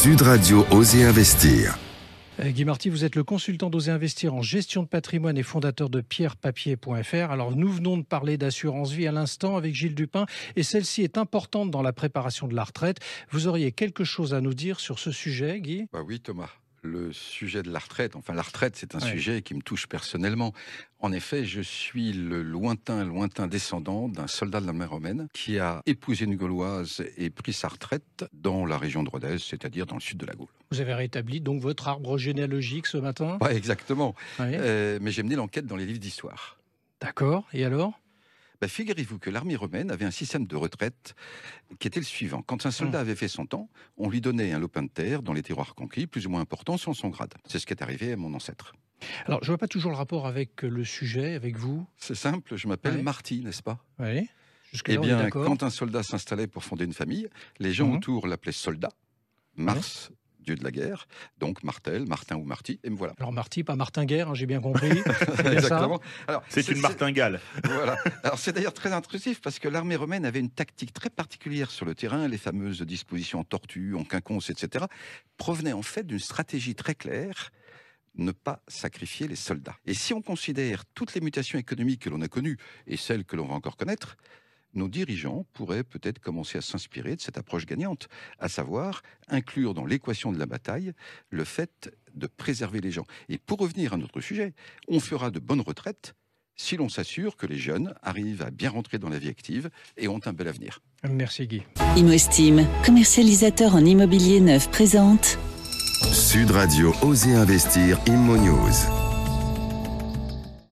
Sud Radio Oser Investir. Guy Marty, vous êtes le consultant d'Oser Investir en gestion de patrimoine et fondateur de pierrepapier.fr. Alors, nous venons de parler d'assurance vie à l'instant avec Gilles Dupin et celle-ci est importante dans la préparation de la retraite. Vous auriez quelque chose à nous dire sur ce sujet, Guy ? Oui, Thomas. Le sujet de la retraite, la retraite, c'est un sujet qui me touche personnellement. En effet, je suis le lointain descendant d'un soldat de l'armée romaine qui a épousé une Gauloise et pris sa retraite dans la région de Rodez, c'est-à-dire dans le sud de la Gaule. Vous avez rétabli donc votre arbre généalogique ce matin ? Pas exactement, Oui. mais j'ai mené l'enquête dans les livres d'histoire. D'accord, et alors ? Figurez-vous que l'armée romaine avait un système de retraite qui était le suivant. Quand un soldat avait fait son temps, on lui donnait un lopin de terre dans les terroirs conquis, plus ou moins important, selon son grade. C'est ce qui est arrivé à mon ancêtre. Alors, je ne vois pas toujours le rapport avec le sujet, avec vous. C'est simple, je m'appelle Marty, n'est-ce pas ? Oui. Eh bien, quand un soldat s'installait pour fonder une famille, les gens autour l'appelaient soldat, Mars, dieu de la guerre, donc Martel, Martin ou Marty, et me voilà. Alors Marty, pas Martin-Guerre, j'ai bien compris. Exactement. Alors, c'est une martingale. Voilà. Alors c'est d'ailleurs très intrusif parce que l'armée romaine avait une tactique très particulière sur le terrain. Les fameuses dispositions en tortue, en quinconce, etc. provenaient en fait d'une stratégie très claire. Ne pas sacrifier les soldats. Et si on considère toutes les mutations économiques que l'on a connues et celles que l'on va encore connaître, nos dirigeants pourraient peut-être commencer à s'inspirer de cette approche gagnante, à savoir inclure dans l'équation de la bataille le fait de préserver les gens. Et pour revenir à notre sujet, on fera de bonnes retraites si l'on s'assure que les jeunes arrivent à bien rentrer dans la vie active et ont un bel avenir. Merci Guy. ImoEstime, commercialisateur en immobilier neuf, présente Sud Radio Oser Investir Immo News.